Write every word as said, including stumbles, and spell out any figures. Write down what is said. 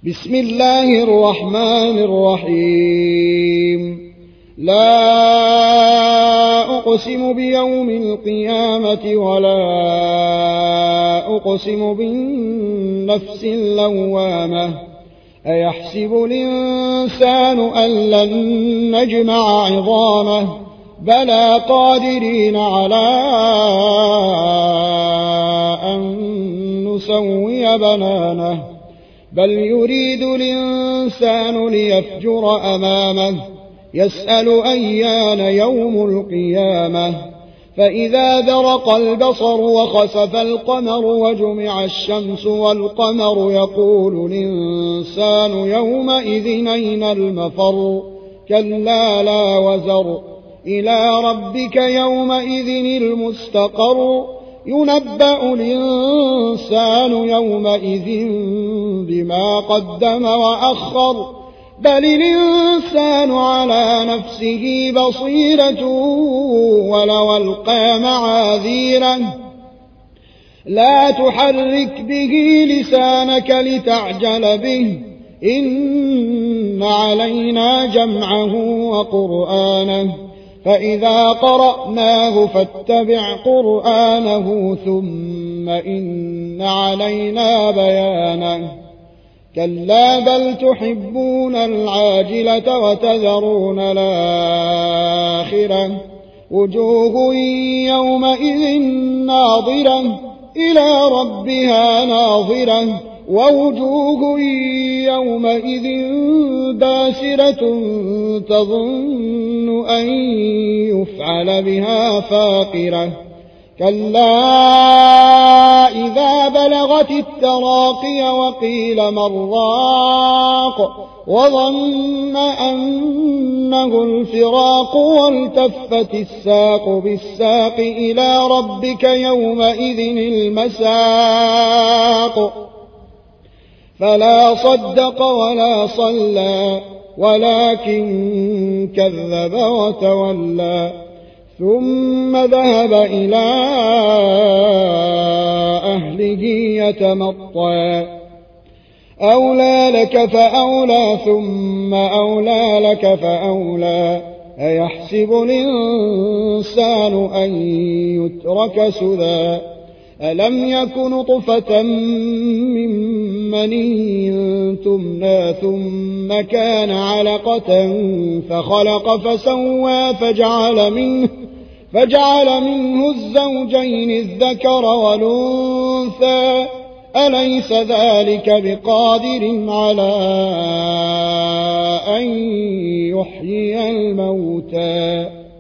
بسم الله الرحمن الرحيم لا أقسم بيوم القيامة ولا أقسم بالنفس اللوامة أيحسب الإنسان أن لن نجمع عظامه بلى قادرين على أن نسوي بنانه بل يريد الإنسان ليفجر أمامه يسأل أيان يوم القيامة فإذا برق البصر وخسف القمر وجمع الشمس والقمر يقول الإنسان يومئذ أين المفر كلا لا وزر إلى ربك يومئذ المستقر ينبأ الإنسان يومئذ بما قدم وأخر بل الإنسان على نفسه بصيرة ولو ألقى معاذيره لا تحرك به لسانك لتعجل به إن علينا جمعه وقرآنه فإذا قرأناه فاتبع قرآنه ثم إن علينا بيانه كلا بل تحبون العاجلة وتذرون الآخرة وجوه يومئذ ناظرة إلى ربها ناظرة ووجوه يومئذ باسرة تظن أن يفعل بها فاقرة كلا إذا بلغت التراقي وقيل من راق وظن أنه الفراق والتفت الساق بالساق إلى ربك يومئذ المساق فلا صدق ولا صلى ولكن كذب وتولى ثم ذهب إلى أهله يتمطى أولى لك فأولى ثم أولى لك فأولى أيحسب الإنسان أن يترك سدى ألم يك نطفة من مني تمنى ثم كان علقة فخلق فسوى فجعل منه فجعل منه الزوجين الذكر والأنثى أليس ذلك بقادر على أن يحيي الموتى